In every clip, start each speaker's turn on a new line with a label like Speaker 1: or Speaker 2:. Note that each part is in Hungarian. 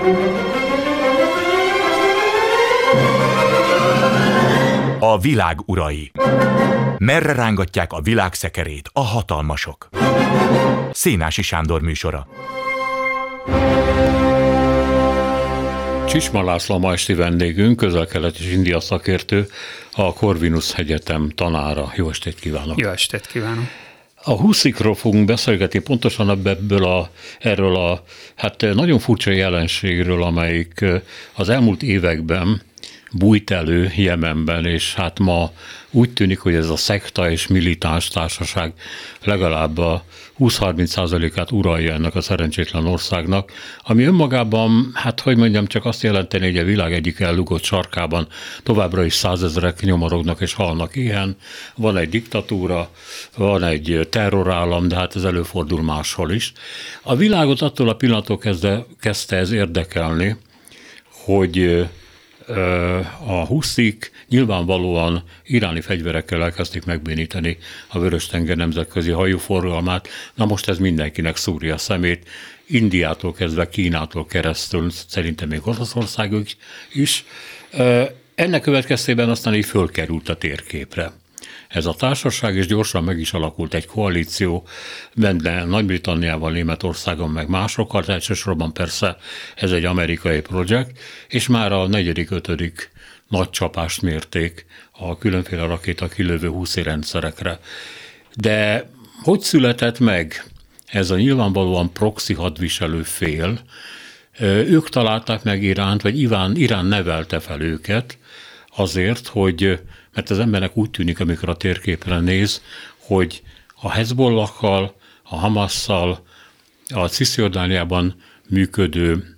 Speaker 1: A világ urai. Merre rángatják a világ szekerét a hatalmasok? Szénási Sándor műsora.
Speaker 2: Csicsma László ma esti vendégünk, Közel-Kelet és India szakértő, a Corvinus Egyetem tanára. Jó estét kívánok!
Speaker 3: Jó estét kívánok!
Speaker 2: A huszikról fogunk beszélgetni, pontosan erről a nagyon furcsa jelenségről, amelyik az elmúlt években bújt elő Jemenben, és ma úgy tűnik, hogy ez a szekta és militáns társaság legalább a 20-30%-át uralja ennek a szerencsétlen országnak, ami önmagában, csak azt jelenteni, hogy a világ egyik ellugott sarkában továbbra is 100 000 nyomorognak és halnak éhen. Van egy diktatúra, van egy terrorállam, de ez előfordul máshol is. A világot attól a pillanattól kezdte ez érdekelni, hogy a huszik nyilvánvalóan iráni fegyverekkel elkezdték megbénítani a Vörös-tenger nemzetközi hajóforgalmát. Na most ez mindenkinek szúrja a szemét, Indiától kezdve Kínától keresztül, szerintem még Oroszországig is. Ennek következtében aztán így fölkerült a térképre ez a társaság, és gyorsan meg is alakult egy koalíció benne Nagy-Britanniával, Németországon, meg másokkal, elsősorban persze ez egy amerikai projekt, és már a 4.-5. nagy csapást mérték a különféle rakéta kilövő huszi rendszerekre. De hogy született meg ez a nyilvánvalóan proxy hadviselő fél? Ők találták meg Iránt, vagy Irán nevelte fel őket azért, mert az embernek úgy tűnik, amikor a térképre néz, hogy a Hezbollakkal, a Hamasszal, a Cisjordániában működő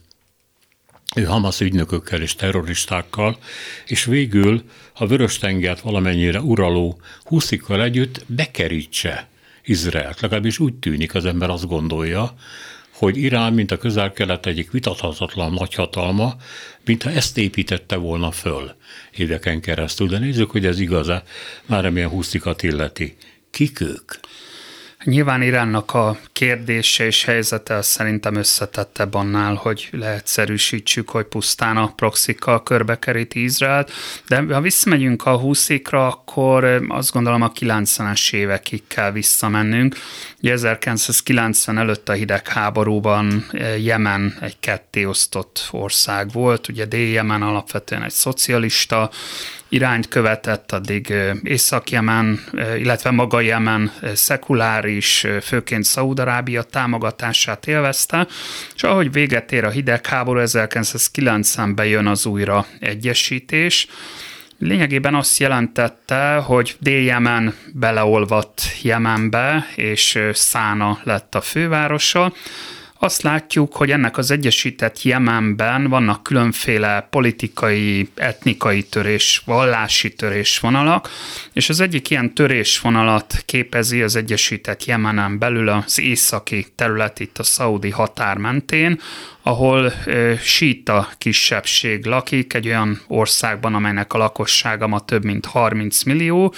Speaker 2: Hamasz ügynökökkel és terroristákkal, és végül a Vörös-tengert valamennyire uraló huszikkal együtt bekerítse Izraelt. Legalábbis úgy tűnik, az ember azt gondolja, hogy Irán, mint a Közel-Kelet egyik vitathatatlan nagyhatalma, mintha ezt építette volna föl éveken keresztül. De nézzük, hogy ez igaz-e, már amilyen huszikat illeti. Kik ők?
Speaker 3: Nyilván Iránnak a kérdése és helyzete szerintem összetettebb annál, hogy leegyszerűsítsük, hogy pusztán a proxikkal körbekeríti Izraelt, de ha visszamegyünk a huszikra, akkor azt gondolom a 90-es évekig kell visszamennünk. Ugye 1990 előtt a hidegháborúban Jemen egy kettéosztott ország volt, ugye Dél-Jemen alapvetően egy szocialista irányt követett, addig Észak-Jemen, illetve maga Jemen szekuláris, főként Szaúd-Arábia támogatását élvezte, és ahogy véget ér a hidegháború, 1990-ben jön az újraegyesítés. Lényegében azt jelentette, hogy Dél-Jemen beleolvadt Jemenbe, és Szána lett a fővárosa. Azt látjuk, hogy ennek az egyesített Jemenben vannak különféle politikai, etnikai vallási törésvonalak, és az egyik ilyen törésvonalat képezi az egyesített Jemenen belül az északi terület, itt a szaudi határ mentén, ahol síita kisebbség lakik, egy olyan országban, amelynek a lakossága ma több mint 30 millió,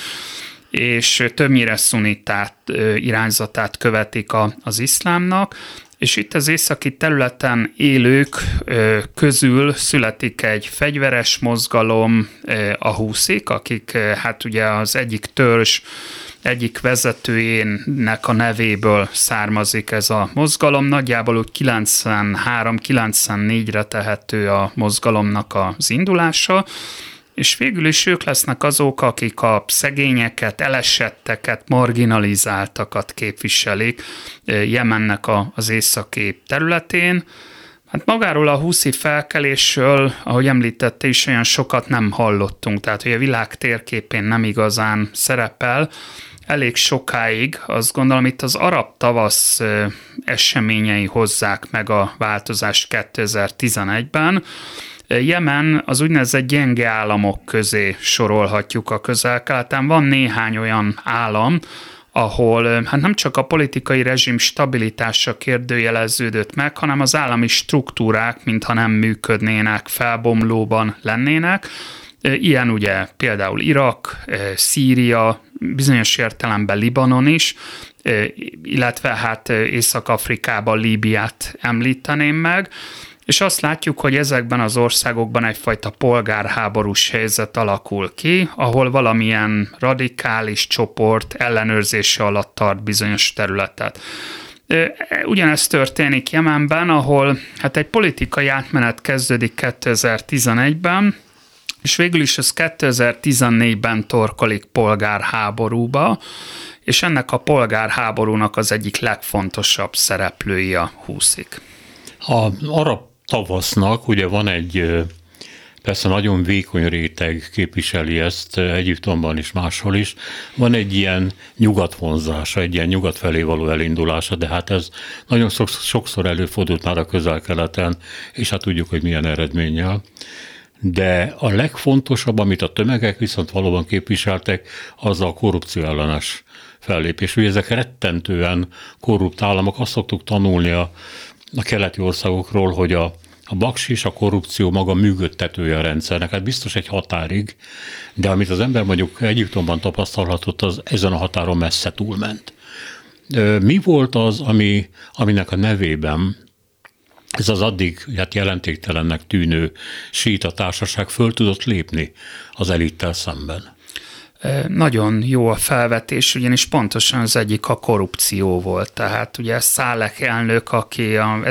Speaker 3: és többnyire szunitát irányzatát követik az iszlámnak, és itt az északi területen élők közül születik egy fegyveres mozgalom, a huszik, akik ugye az egyik törzs egyik vezetőjének a nevéből származik ez a mozgalom. Nagyjából úgy 93-94-re tehető a mozgalomnak az indulása, és végül is ők lesznek azok, akik a szegényeket, elesetteket, marginalizáltakat képviselik Jemennek az északi területén. Magáról a huszi felkelésről, ahogy említette is, olyan sokat nem hallottunk, tehát hogy a világ térképén nem igazán szerepel. Elég sokáig, azt gondolom, itt az arab tavasz eseményei hozzák meg a változást 2011-ben. Jemen az úgynevezett gyenge államok közé sorolhatjuk a Közel-Keleten. Van néhány olyan állam, ahol nem csak a politikai rezsim stabilitása kérdőjeleződött meg, hanem az állami struktúrák, mintha nem működnének, felbomlóban lennének. Ilyen ugye például Irak, Szíria, bizonyos értelemben Libanon is, illetve Észak-Afrikában Líbiát említeném meg. és azt látjuk, hogy ezekben az országokban egyfajta polgárháborús helyzet alakul ki, ahol valamilyen radikális csoport ellenőrzése alatt tart bizonyos területet. Ugyanezt történik Jemenben, ahol hát egy politikai átmenet kezdődik 2011-ben, és végül is ez 2014-ben torkolik polgárháborúba, és ennek a polgárháborúnak az egyik legfontosabb szereplői a húszik.
Speaker 2: Az arab tavasznak ugye van egy, persze nagyon vékony réteg képviseli ezt Egyiptomban is, máshol is, van egy ilyen nyugatvonzása, egy ilyen nyugat felé való elindulása, de hát ez nagyon sokszor előfordult már a Közel-Keleten, és hát tudjuk, hogy milyen eredménnyel. De a legfontosabb, amit a tömegek viszont valóban képviseltek, az a korrupció ellenes fellépés. Ugye ezek rettentően korrupt államok, azt szoktuk tanulni a keleti országokról, hogy a baksis, a korrupció maga működtetője a rendszernek. Hát biztos egy határig, de amit az ember mondjuk Egyiptomban tapasztalhatott, az ezen a határon messze túlment. Mi volt az, aminek a nevében ez az addig jelentéktelennek tűnő síita társaság föl tudott lépni az elittel szemben?
Speaker 3: Nagyon jó a felvetés, ugyanis pontosan az egyik a korrupció volt. Tehát ugye Száleh elnök, aki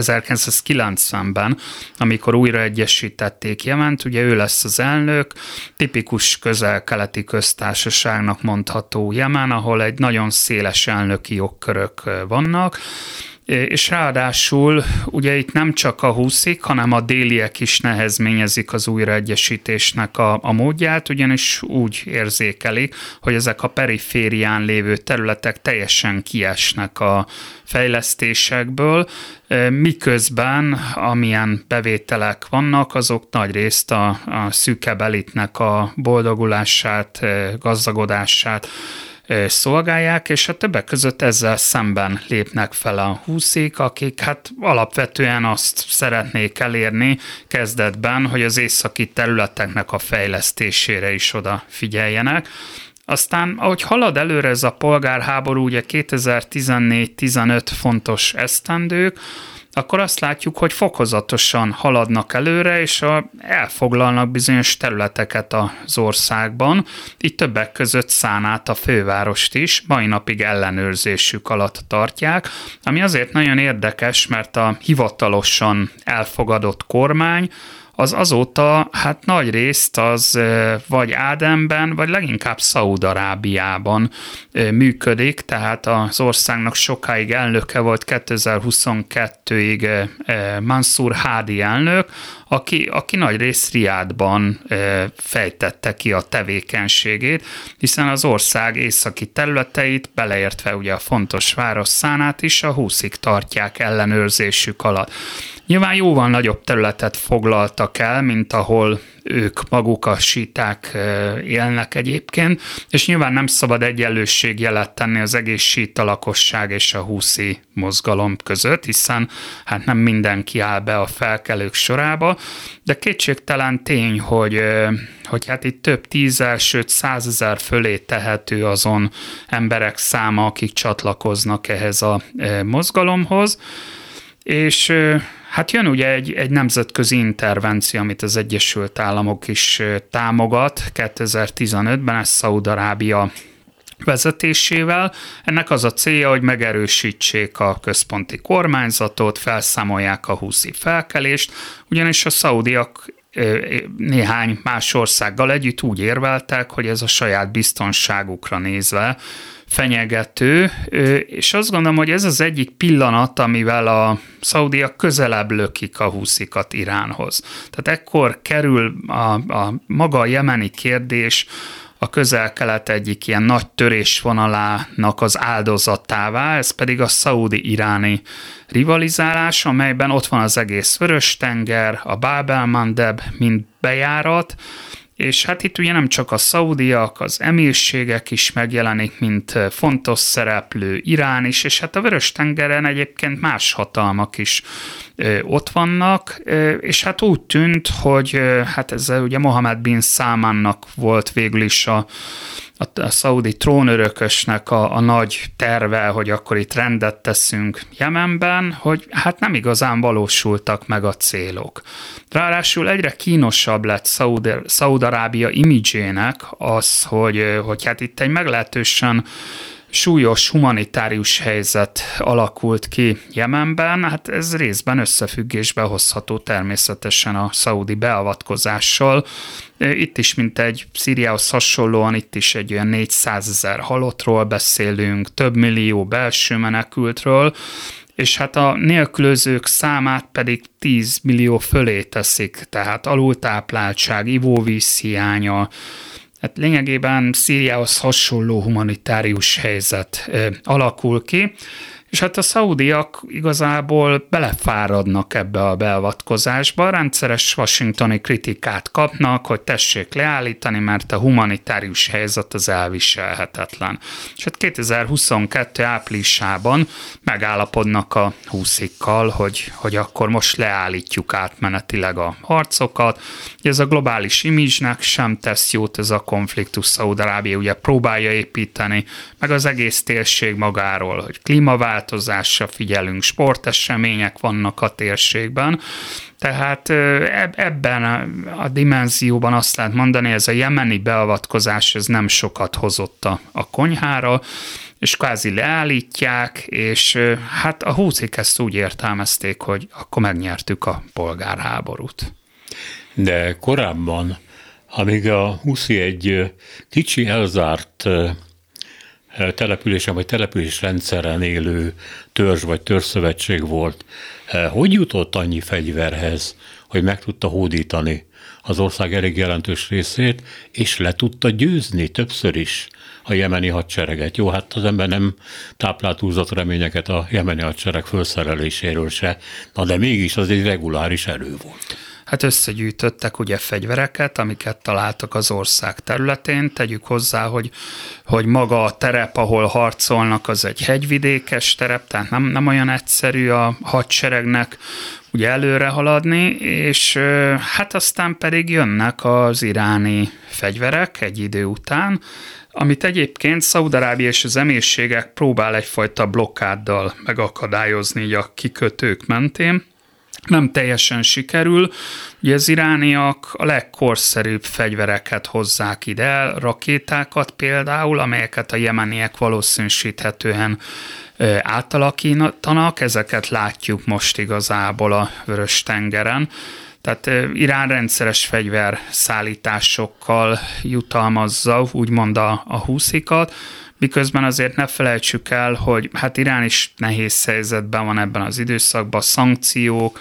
Speaker 3: 1990-ben, amikor újra egyesítették Jement, ugye ő lesz az elnök, tipikus közel-keleti köztársaságnak mondható Jemen, ahol egy nagyon széles elnöki jogkörök vannak, és ráadásul ugye itt nem csak a húszik, hanem a déliek is nehezményezik az újraegyesítésnek a módját, ugyanis úgy érzékelik, hogy ezek a periférián lévő területek teljesen kiesnek a fejlesztésekből, miközben amilyen bevételek vannak, azok nagyrészt a szűkebb elitnek a boldogulását, gazdagodását szolgálják, és a többek között ezzel szemben lépnek fel a húszik, akik hát alapvetően azt szeretnék elérni kezdetben, hogy az északi területeknek a fejlesztésére is odafigyeljenek. Aztán, ahogy halad előre ez a polgárháború, ugye 2014-15 fontos esztendők, akkor azt látjuk, hogy fokozatosan haladnak előre, és elfoglalnak bizonyos területeket az országban. Itt többek között Szánát, a fővárost is mai napig ellenőrzésük alatt tartják, ami azért nagyon érdekes, mert a hivatalosan elfogadott kormány az azóta hát nagy részt az vagy Ádenben, vagy leginkább Szaúd-Arábiában működik, tehát az országnak sokáig elnöke volt 2022-ig Mansur Hadi elnök, aki nagy részt Riádban fejtette ki a tevékenységét, hiszen az ország északi területeit, beleértve ugye a fontos város Szánát is, a húszik tartják ellenőrzésük alatt. Nyilván jóval nagyobb területet foglaltak el, mint ahol ők maguk a síták élnek egyébként, és nyilván nem szabad egyenlőségjelet tenni az egész síta lakosság és a húszi mozgalom között, hiszen hát nem mindenki áll be a felkelők sorába, de kétségtelen tény, hogy hát itt több 10 sőt 100 000 fölé tehető azon emberek száma, akik csatlakoznak ehhez a mozgalomhoz, és hát jön ugye egy nemzetközi intervenció, amit az Egyesült Államok is támogat 2015-ben, ez Szaúd-Arábia vezetésével. Ennek az a célja, hogy megerősítsék a központi kormányzatot, felszámolják a húszi felkelést, ugyanis a szaudiak néhány más országgal együtt úgy érveltek, hogy ez a saját biztonságukra nézve fenyegető, és azt gondolom, hogy ez az egyik pillanat, amivel a szaudiak közelebb lökik a húszikat Iránhoz. Tehát ekkor kerül a maga a jemeni kérdés a Közel-Kelet egyik ilyen nagy törésvonalának az áldozatává, ez pedig a szaudi-iráni rivalizálás, amelyben ott van az egész Vörös-tenger, a Bab el-Mandeb, mint bejárat, és hát itt ugye nem csak a szaudiak, az emírségek is megjelenik, mint fontos szereplő, Irán is, és hát a Vörös-tengeren egyébként más hatalmak is ott vannak, és hát úgy tűnt, hogy hát ezzel ugye Mohammed bin Salmannak volt végül is a szaudi trónörökösnek a nagy terve, hogy akkor itt rendet teszünk Jemenben, hogy hát nem igazán valósultak meg a célok. Ráadásul egyre kínosabb lett Szaúd-Arábia imidzsének az, hogy hát itt egy meglehetősen súlyos humanitárius helyzet alakult ki Jemenben, hát ez részben összefüggésbe hozható természetesen a szaudi beavatkozással. Itt is, mint egy Szíriához hasonlóan, itt is egy olyan 400 000 halottról beszélünk, több millió belső menekültről, és hát a nélkülözők számát pedig 10 millió fölé teszik, tehát alultápláltság, ivóvíz hiánya, hát lényegében Szíriához hasonló humanitárius helyzet alakul ki, és hát a szaudiak igazából belefáradnak ebbe a beavatkozásba, rendszeres washingtoni kritikát kapnak, hogy tessék leállítani, mert a humanitárius helyzet az elviselhetetlen. És hát 2022 áprilisában megállapodnak a húszikkal, hogy akkor most leállítjuk átmenetileg a harcokat. Ez a globális imidzsnek sem tesz jót ez a konfliktus. Szaúd-Arábia ugye próbálja építeni, meg az egész térség magáról, hogy klímaváltozásra figyelünk, sportesemények vannak a térségben, tehát ebben a dimenzióban azt lehet mondani, ez a jemeni beavatkozás ez nem sokat hozott a konyhára, és kvázi leállítják, és hát a húszik ezt úgy értelmezték, hogy akkor megnyertük a polgárháborút.
Speaker 2: De korábban, amíg a Huszi egy kicsi elzárt településen vagy településrendszeren élő törzs vagy törzszövetség volt, hogy jutott annyi fegyverhez, hogy meg tudta hódítani az ország elég jelentős részét, és le tudta győzni többször is a jemeni hadsereget. Jó, hát az ember nem táplált túlzott reményeket a jemeni hadsereg felszereléséről se, na de mégis az egy reguláris erő volt.
Speaker 3: Hát összegyűjtöttek ugye fegyvereket, amiket találtak az ország területén. Tegyük hozzá, hogy maga a terep, ahol harcolnak, az egy hegyvidékes terep, tehát nem olyan egyszerű a hadseregnek ugye előre haladni, és hát aztán pedig jönnek az iráni fegyverek egy idő után, amit egyébként Szaúd-Arábia és az emírségek próbál egyfajta blokkáddal megakadályozni így a kikötők mentén. Nem teljesen sikerül. Ugye az irániak a legkorszerűbb fegyvereket hozzák ide, rakétákat például, amelyeket a jemeniek valószínűsíthetően átalakítanak. Ezeket látjuk most igazából a Vörös-tengeren. Tehát Irán rendszeres fegyverszállításokkal jutalmazza úgymond a húszikat, miközben azért ne felejtsük el, hogy hát Irán is nehéz helyzetben van ebben az időszakban, szankciók,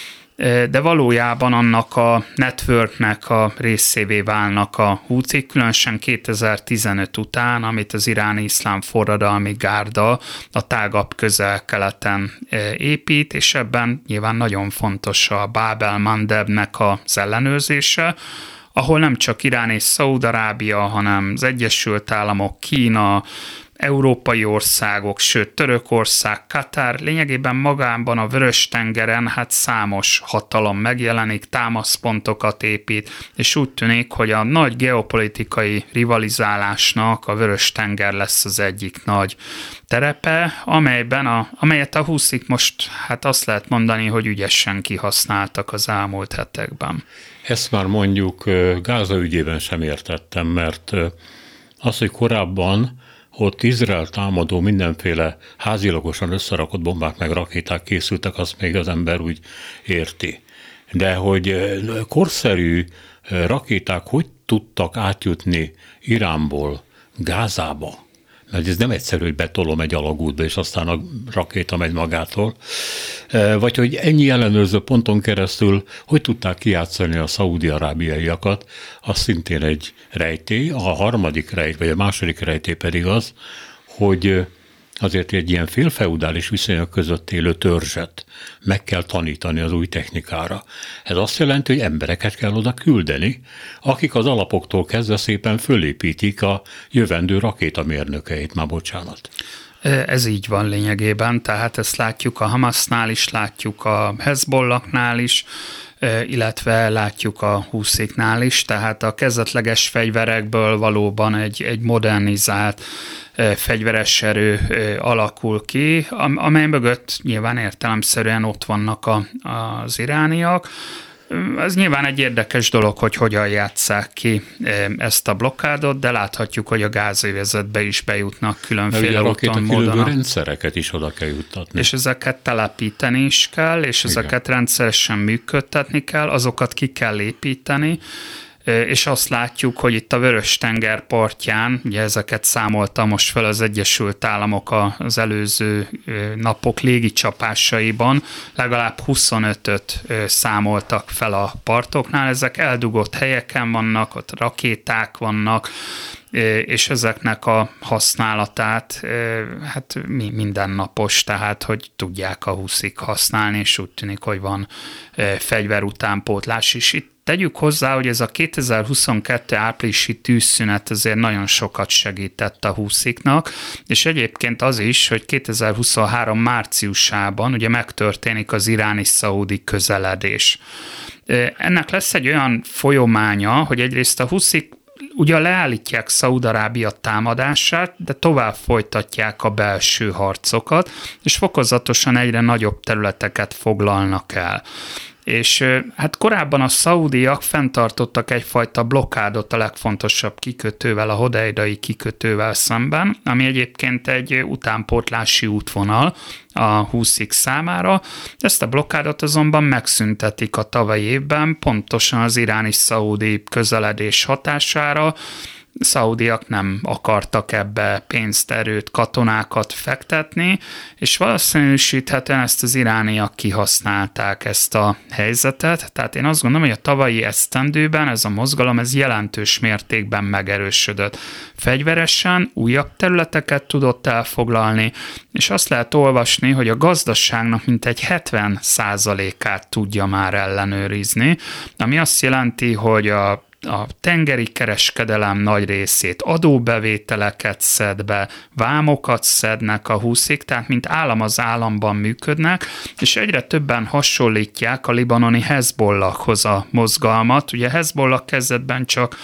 Speaker 3: de valójában annak a networknek a részévé válnak a hútik, különösen 2015 után, amit az iráni iszlám forradalmi gárda a tágabb közel-keleten épít, és ebben nyilván nagyon fontos a Bab el-Mandebnek az ellenőrzése, ahol nem csak Irán és Szaúd-Arábia, hanem az Egyesült Államok, Kína, európai országok, sőt Törökország, Katár, lényegében magában a Vörös-tengeren hát számos hatalom megjelenik, támaszpontokat épít, és úgy tűnik, hogy a nagy geopolitikai rivalizálásnak a Vörös-tenger lesz az egyik nagy terepe, amelyet a húszik most hát azt lehet mondani, hogy ügyesen kihasználtak az elmúlt hetekben.
Speaker 2: Ezt már mondjuk Gáza ügyében sem értettem, mert az, hogy korábban ott Izrael támadó mindenféle házilagosan összerakott bombák meg rakéták készültek, azt még az ember úgy érti. De hogy korszerű rakéták hogy tudtak átjutni Iránból Gázába, mert ez nem egyszerű, hogy betolom egy alagútba, és aztán a rakéta megy magától, vagy hogy ennyi ellenőrző ponton keresztül hogy tudták kijátszani a szaúdi-arábiaiakat, az szintén egy rejtély. A harmadik rejtély, vagy a második rejtély pedig az, hogy azért egy ilyen félfeudális viszonyok között élő törzset meg kell tanítani az új technikára. Ez azt jelenti, hogy embereket kell oda küldeni, akik az alapoktól kezdve szépen fölépítik a jövendő rakétamérnökeit, már bocsánat.
Speaker 3: Ez így van lényegében, tehát ezt látjuk a Hamasnál is, látjuk a Hezbollah-nál is. illetve látjuk a husziknál is, tehát a kezdetleges fegyverekből valóban egy modernizált fegyveres erő alakul ki, amely mögött nyilván értelemszerűen ott vannak az irániak. Ez nyilván egy érdekes dolog, hogy hogyan játsszák ki ezt a blokkádot, de láthatjuk, hogy a gázövezetbe is bejutnak különféle úton, módon.
Speaker 2: Rendszereket is oda kell juttatni.
Speaker 3: És ezeket telepíteni is kell, és ezeket rendszeresen működtetni kell, azokat ki kell építeni, és azt látjuk, hogy itt a Vörös-tenger partján, ugye ezeket számolta most fel az Egyesült Államok az előző napok légicsapásaiban, legalább 25-öt számoltak fel a partoknál, ezek eldugott helyeken vannak, ott rakéták vannak, és ezeknek a használatát hát mindennapos, tehát hogy tudják a huszik használni, és úgy tűnik, hogy van fegyver utánpótlás is. Itt tegyük hozzá, hogy ez a 2022 áprilisi tűzszünet azért nagyon sokat segített a husziknak, és egyébként az is, hogy 2023 márciusában ugye megtörténik az iráni-szaudi közeledés. Ennek lesz egy olyan folyamánya, hogy egyrészt a huszik ugye leállítják Szaúd-Arábia támadását, de tovább folytatják a belső harcokat, és fokozatosan egyre nagyobb területeket foglalnak el. És hát korábban a szaudiak fenntartottak egyfajta blokkádot a legfontosabb kikötővel, a hodeidai kikötővel szemben, ami egyébként egy utánpótlási útvonal a huszik számára. Ezt a blokkádot azonban megszüntetik a tavalyi évben, pontosan az iráni-szaudi közeledés hatására. Szaudiak nem akartak ebbe pénzt, erőt, katonákat fektetni, és valószínűsíthetően ezt az irániak kihasználták ezt a helyzetet. Tehát én azt gondolom, hogy a tavalyi esztendőben ez a mozgalom ez jelentős mértékben megerősödött. Fegyveresen újabb területeket tudott elfoglalni, és azt lehet olvasni, hogy a gazdaságnak mintegy 70%-át tudja már ellenőrizni, ami azt jelenti, hogy a tengeri kereskedelem nagy részét, adóbevételeket szed be, vámokat szednek a huszik, tehát mint állam az államban működnek, és egyre többen hasonlítják a libanoni Hezbollahhoz a mozgalmat. Ugye Hezbollah kezdetben csak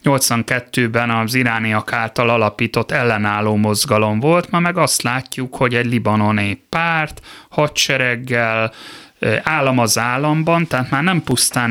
Speaker 3: 82-ben az irániak által alapított ellenálló mozgalom volt, ma meg azt látjuk, hogy egy libanoni párt, hadsereggel, állam az államban, tehát már nem pusztán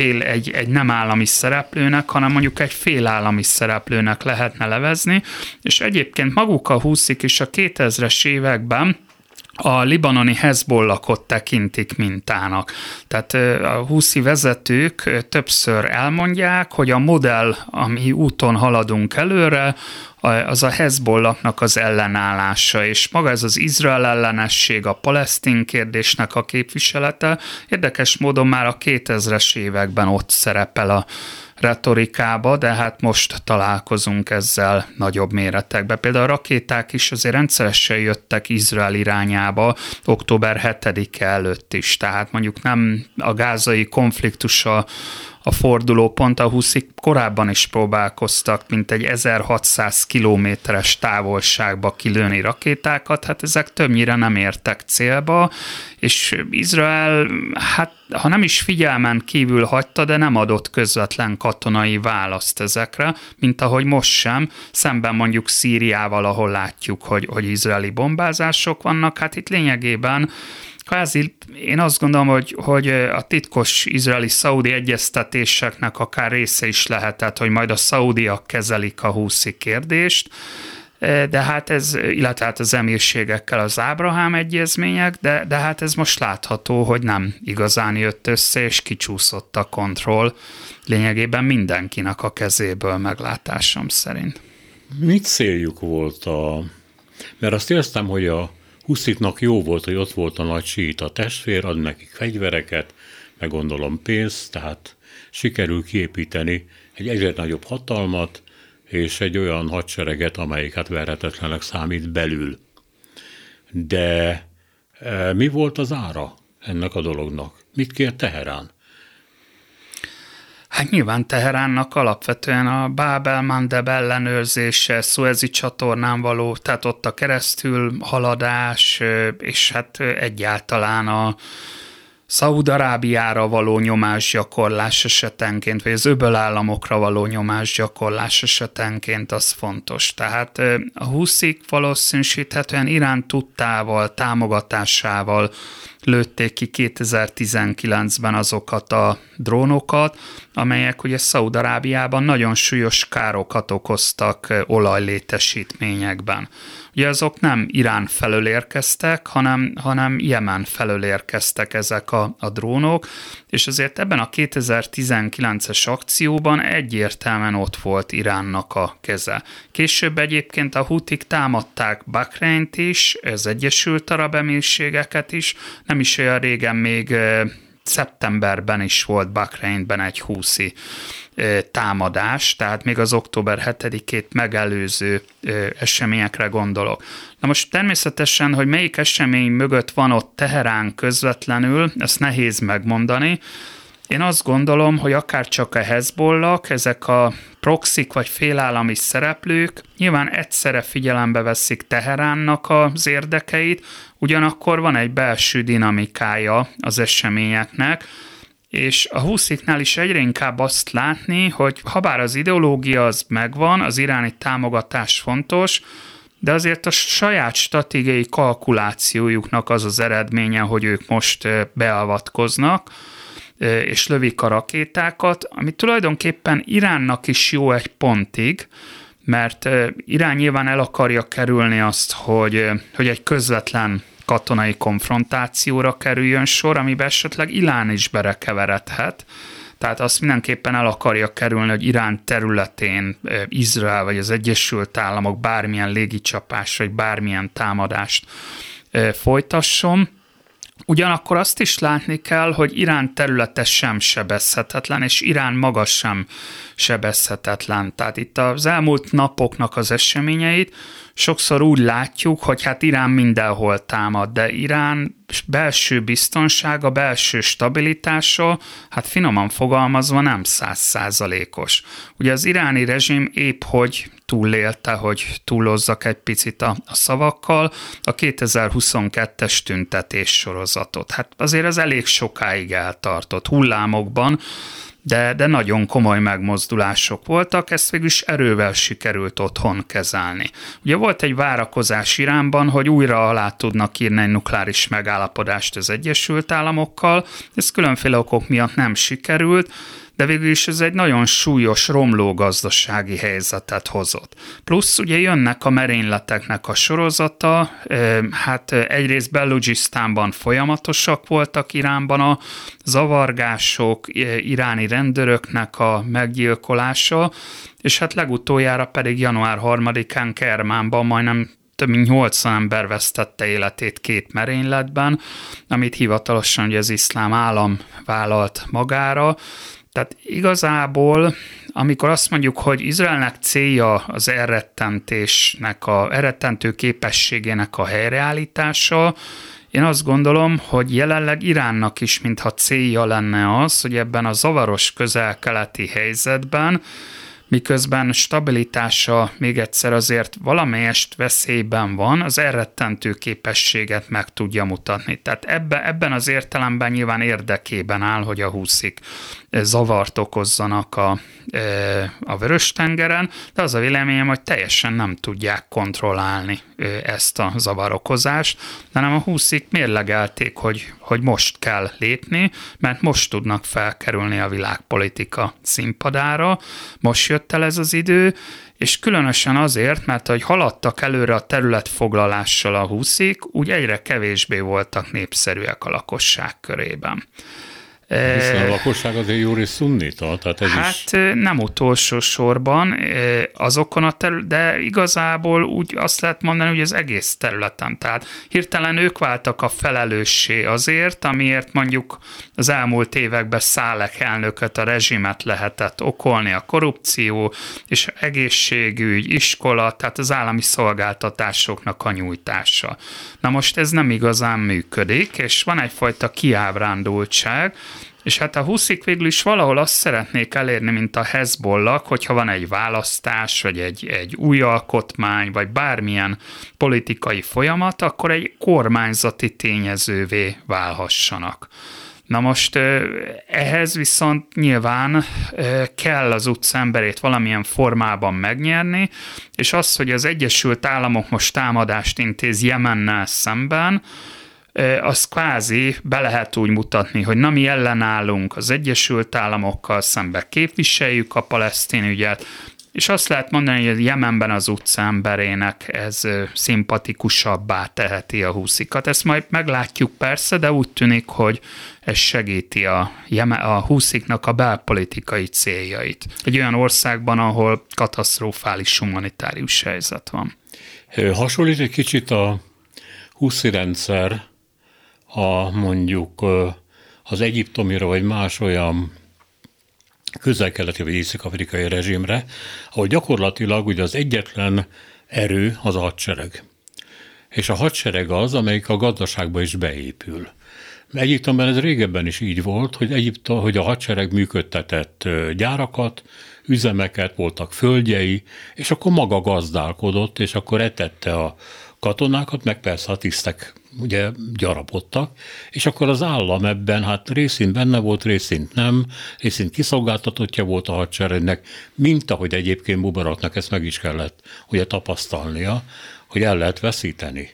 Speaker 3: egy nem állami szereplőnek, hanem mondjuk egy félállami szereplőnek lehetne levezni, és egyébként maguk a huszik is a 2000-es években a libanoni Hezbollahot tekintik mintának. Tehát a huszi vezetők többször elmondják, hogy a modell, ami úton haladunk előre, az a Hezbollahnak az ellenállása, és maga ez az Izrael ellenesség, a palesztin kérdésnek a képviselete érdekes módon már a 2000-es években ott szerepel a retorikába, de hát most találkozunk ezzel nagyobb méretekben. Például a rakéták is azért rendszeresen jöttek Izrael irányába október 7-e előtt is, tehát mondjuk nem a gázai konfliktus a fordulópont, a huszik korábban is próbálkoztak, mint egy 1600 kilométeres távolságba kilőni rakétákat, hát ezek többnyire nem értek célba, és Izrael, hát ha nem is figyelmen kívül hagyta, de nem adott közvetlen katonai választ ezekre, mint ahogy most sem, szemben mondjuk Szíriával, ahol látjuk, hogy izraeli bombázások vannak, hát itt lényegében kvázi én azt gondolom, hogy a titkos izraeli-szaudi egyeztetéseknek akár része is lehetett, hogy majd a szaudiak kezelik a huszi kérdést, de hát ez, illetve hát az emírségekkel az Ábrahám egyezmények, de hát ez most látható, hogy nem igazán jött össze, és kicsúszott a kontroll lényegében mindenkinek a kezéből meglátásom szerint.
Speaker 2: Mit céljuk volt mert azt éreztem, hogy a husziknak jó volt, hogy ott volt a nagy síita testvér, ad nekik fegyvereket, meg gondolom pénzt, tehát sikerül kiépíteni egy egyre nagyobb hatalmat, és egy olyan hadsereget, amelyik hát verhetetlenek számít belül. De mi volt az ára ennek a dolognak? Mit kér Teherán?
Speaker 3: Hát nyilván Teheránnak alapvetően a Báb-el-Mandeb ellenőrzése, Szuezi csatornán való, tehát ott a keresztül haladás, és hát egyáltalán Szaúd-Arábiára való nyomásgyakorlás esetenként, vagy az öbölállamokra való nyomásgyakorlás esetenként az fontos. Tehát a huszik valószínűsíthetően Irán tudtával, támogatásával lőtték ki 2019-ben azokat a drónokat, amelyek ugye Szaúd-Arábiában nagyon súlyos károkat okoztak olajlétesítményekben. Ugye azok nem Irán felől érkeztek, hanem Jemen felől érkeztek ezek a drónok, és azért ebben a 2019-es akcióban egyértelműen ott volt Iránnak a keze. Később egyébként a hutik támadták Bahreint is, az Egyesült Arab Emírségeket is, nem is olyan régen még szeptemberben is volt Bahreinben egy huszi támadás, tehát még az október 7-ét megelőző eseményekre gondolok. Na most természetesen, hogy melyik esemény mögött van ott Teherán közvetlenül, ezt nehéz megmondani. Én azt gondolom, hogy akár csak a Hezbollah, ezek a proxik vagy félállami szereplők nyilván egyszerre figyelembe veszik Teheránnak az érdekeit, ugyanakkor van egy belső dinamikája az eseményeknek, és a husziknál is egyre inkább azt látni, hogy habár az ideológia az megvan, az iráni támogatás fontos, de azért a saját stratégiai kalkulációjuknak az az eredménye, hogy ők most beavatkoznak, és lövik a rakétákat, ami tulajdonképpen Iránnak is jó egy pontig, mert Irán nyilván el akarja kerülni azt, hogy egy közvetlen katonai konfrontációra kerüljön sor, amiben esetleg Irán is berekeveredhet. Tehát azt mindenképpen el akarja kerülni, hogy Irán területén Izrael vagy az Egyesült Államok bármilyen légicsapás vagy bármilyen támadást folytasson. Ugyanakkor azt is látni kell, hogy Irán területe sem sebezhetetlen, és Irán maga sem sebezhetetlen. Tehát itt az elmúlt napoknak az eseményeit sokszor úgy látjuk, hogy hát Irán mindenhol támad, de Irán belső biztonsága, belső stabilitása, hát finoman fogalmazva nem 100%-os. Ugye az iráni rezsim épp hogy túlélte, hogy túlozzak egy picit a szavakkal, a 2022-es tüntetés sorozatot. Hát azért ez elég sokáig eltartott hullámokban, de nagyon komoly megmozdulások voltak, ezt végülis erővel sikerült otthon kezelni. Ugye volt egy várakozás Iránban, hogy újra alá tudnak írni egy nukleáris megállapodást az Egyesült Államokkal, ez különféle okok miatt nem sikerült, de végül is ez egy nagyon súlyos, romló gazdasági helyzetet hozott. Plusz ugye jönnek a merényleteknek a sorozata, hát egyrészt Beludzsisztánban folyamatosak voltak Iránban a zavargások, iráni rendőröknek a meggyilkolása, és hát legutoljára pedig január 3-án Kermánban majdnem több mint 80 ember vesztette életét 2 merényletben, amit hivatalosan ugye az iszlám állam vállalt magára. Tehát igazából, amikor azt mondjuk, hogy Izraelnek célja az elrettentő képességének a helyreállítása, én azt gondolom, hogy jelenleg Iránnak is mintha célja lenne az, hogy ebben a zavaros közel-keleti helyzetben, miközben stabilitása még egyszer azért valamelyest veszélyben van, az elrettentő képességet meg tudja mutatni. Tehát ebben az értelemben nyilván érdekében áll, hogy a huszik zavart okozzanak a Vörös-tengeren, de az a véleményem, hogy teljesen nem tudják kontrollálni ezt a zavarokozást, hanem a huszik mérlegelték, hogy most kell lépni, mert most tudnak felkerülni a világpolitika színpadára, most jött el ez az idő, és különösen azért, mert ahogy haladtak előre a területfoglalással a huszik, úgy egyre kevésbé voltak népszerűek a lakosság körében.
Speaker 2: Hiszen a lakosság azért jó rész szunnita, tehát ez
Speaker 3: is... nem utolsó sorban azokon a de igazából úgy azt lehet mondani, hogy az egész területen. Tehát hirtelen ők váltak a felelőssé azért, amiért mondjuk az elmúlt években Szálek elnököt, a rezsimet lehetett okolni, a korrupció és egészségügy, iskola, tehát az állami szolgáltatásoknak a nyújtása. Na most ez nem igazán működik, és van egyfajta kiábrándultság, és hát a huszik végül is valahol azt szeretnék elérni, mint a Hezbollah, hogyha van egy választás, vagy egy új alkotmány, vagy bármilyen politikai folyamat, akkor egy kormányzati tényezővé válhassanak. Na most ehhez viszont nyilván kell az utcaemberét valamilyen formában megnyerni, és az, hogy az Egyesült Államok most támadást intéz Jemennel szemben, azt kvázi be lehet úgy mutatni, hogy na mi ellenállunk az Egyesült Államokkal szembe, képviseljük a palesztin ügyet, és azt lehet mondani, hogy Jemenben az utcaemberének ez szimpatikusabbá teheti a huszikat. Ezt majd meglátjuk persze, de úgy tűnik, hogy ez segíti a husziknak a belpolitikai céljait. Egy olyan országban, ahol katasztrofális humanitárius helyzet van.
Speaker 2: Hasonlít egy kicsit a huszi rendszer mondjuk az egyiptomira vagy más olyan közel-keleti vagy észak-afrikai rezsimre, ahol gyakorlatilag ugye az egyetlen erő az a hadsereg. És a hadsereg az, amelyik a gazdaságba is beépül. Egyiptomban ez régebben is így volt, hogy a hadsereg működtetett gyárakat, üzemeket, voltak földjei, és akkor maga gazdálkodott, és akkor etette a katonákat, meg persze a tisztek ugye gyarapodtak, és akkor az állam ebben hát részint benne volt, részint nem, részint kiszolgáltatottja volt a hadseregnek, mint ahogy egyébként Mubaraknak ezt meg is kellett ugye tapasztalnia, hogy el lehet veszíteni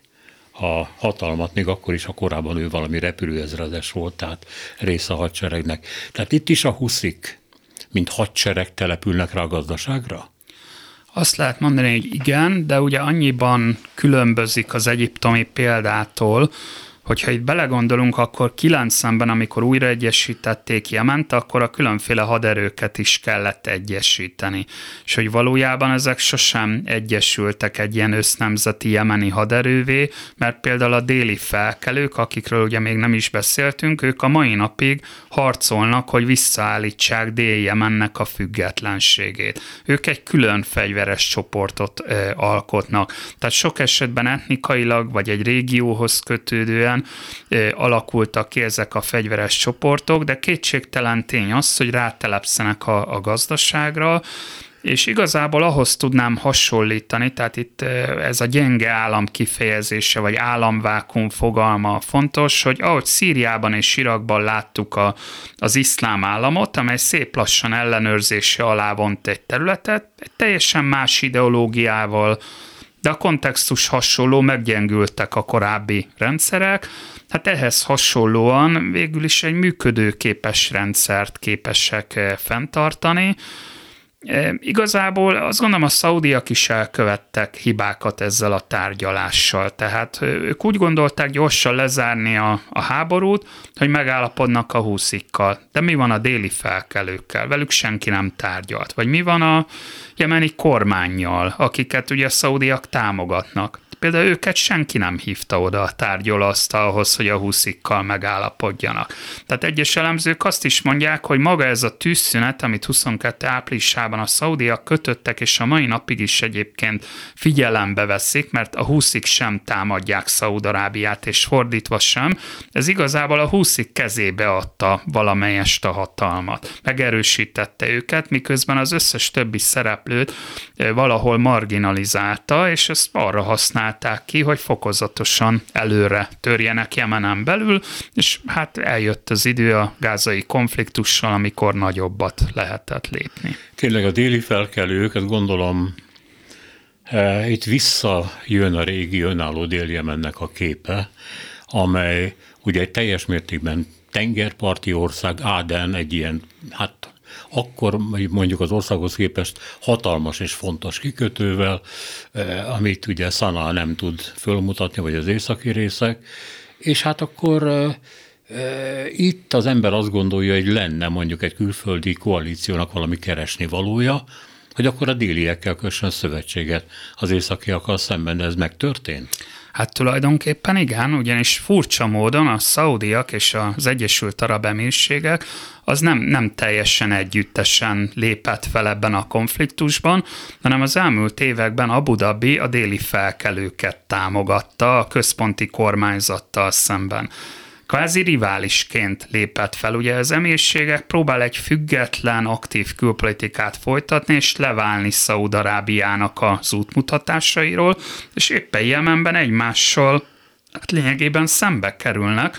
Speaker 2: a hatalmat, még akkor is, ha korábban ő valami repülőezredes volt, tehát része a hadseregnek. Tehát itt is a huszik, mint hadsereg települnek rá a gazdaságra?
Speaker 3: Azt lehet mondani, hogy igen, de ugye annyiban különbözik az egyiptomi példától, hogyha itt belegondolunk, akkor 90-ben, amikor újraegyesítették Jement, akkor a különféle haderőket is kellett egyesíteni. És hogy valójában ezek sosem egyesültek egy ilyen össznemzeti jemeni haderővé, mert például a déli felkelők, akikről ugye még nem is beszéltünk, ők a mai napig harcolnak, hogy visszaállítsák Dél-Jemennek a függetlenségét. Ők egy külön fegyveres csoportot alkotnak. Tehát sok esetben etnikailag, vagy egy régióhoz kötődően alakultak ki ezek a fegyveres csoportok, de kétségtelen tény az, hogy rátelepszenek a gazdaságra, és igazából ahhoz tudnám hasonlítani, tehát itt ez a gyenge állam kifejezése, vagy államvákum fogalma fontos, hogy ahogy Szíriában és Irakban láttuk az iszlám államot, amely szép lassan ellenőrzése alá vont egy területet, egy teljesen más ideológiával, de a kontextus hasonló, meggyengültek a korábbi rendszerek, hát ehhez hasonlóan végül is egy működőképes rendszert képesek fenntartani. Igazából azt gondolom, a szaudiak is elkövettek hibákat ezzel a tárgyalással, tehát ők úgy gondolták gyorsan lezárni a háborút, hogy megállapodnak a huszikkal. De mi van a déli felkelőkkel? Velük senki nem tárgyalt. Vagy mi van a jemeni kormánnyal, akiket ugye a szaudiak támogatnak? Például őket senki nem hívta oda a tárgyalóasztalhoz, hogy a huszikkal megállapodjanak. Tehát egyes elemzők azt is mondják, hogy maga ez a tűzszünet, amit 22. áprilisában a szaudiak kötöttek, és a mai napig is egyébként figyelembe veszik, mert a huszik sem támadják Szaúd-Arábiát, és fordítva sem, ez igazából a huszik kezébe adta valamelyest a hatalmat. Megerősítette őket, miközben az összes többi szereplőt valahol marginalizálta, és ezt arra használták ki, hogy fokozatosan előre törjenek Jemenen belül, és hát eljött az idő a gázai konfliktussal, amikor nagyobbat lehetett lépni.
Speaker 2: Tényleg a déli felkelők, ezt gondolom, itt visszajön a régi önálló Dél-Jemennek a képe, amely ugye egy teljes mértékben tengerparti ország, Áden egy ilyen, hát akkor mondjuk az országhoz képest hatalmas és fontos kikötővel, amit ugye Szanaa nem tud fölmutatni, vagy az északi részek, és hát akkor itt az ember azt gondolja, hogy lenne mondjuk egy külföldi koalíciónak valami keresni valója, hogy akkor a déliekkel kössön szövetséget az északiakkal szemben, de ez megtörtént?
Speaker 3: Hát tulajdonképpen igen, ugyanis furcsa módon a szaudiak és az Egyesült Arab Emírségek az nem teljesen együttesen lépett fel ebben a konfliktusban, hanem az elmúlt években Abu Dhabi a déli felkelőket támogatta a központi kormányzattal szemben. Kvázi riválisként lépett fel. Ugye az emírségek próbál egy független, aktív külpolitikát folytatni, és leválni Szaúd-Arábiának az útmutatásairól, és éppen Jemenben egymással hát lényegében szembe kerülnek,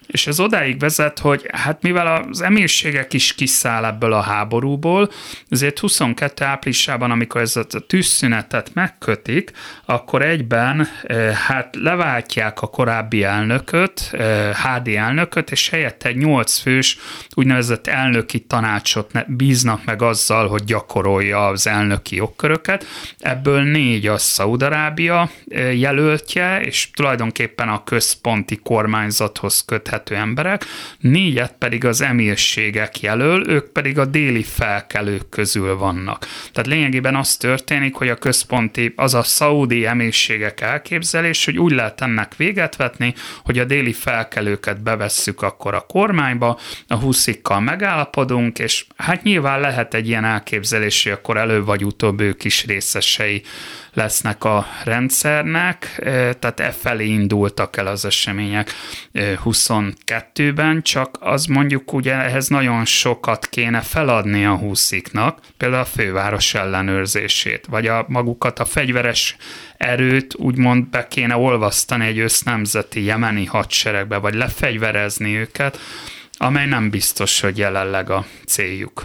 Speaker 3: És ez odáig vezet, hogy hát mivel az emírségek is kiszáll ebből a háborúból, ezért 22. áprilisában, amikor ez a tűzszünetet megkötik, akkor egyben hát leváltják a korábbi elnököt, HD elnököt, és helyette egy 8 fős úgynevezett elnöki tanácsot bíznak meg azzal, hogy gyakorolja az elnöki jogköröket. Ebből 4 a Szaúd-Arábia jelöltje, és tulajdonképpen a központi kormányzathoz köthető emberek, 4 pedig az emírségek jelöl, ők pedig a déli felkelők közül vannak. Tehát lényegében az történik, hogy a központi, az a szaúdi emírségek elképzelés, hogy úgy lehet ennek véget vetni, hogy a déli felkelőket bevesszük akkor a kormányba, a huszikkal megállapodunk, és hát nyilván lehet egy ilyen elképzelés, hogy akkor előbb vagy utóbb ők is részesei lesznek a rendszernek, tehát e felé indultak el az események 22-ben, csak az mondjuk ugye ehhez nagyon sokat kéne feladni a husziknak, például a főváros ellenőrzését, vagy magukat a fegyveres erőt úgymond be kéne olvasztani egy össznemzeti jemeni hadseregbe, vagy lefegyverezni őket, amely nem biztos, hogy jelenleg a céljuk.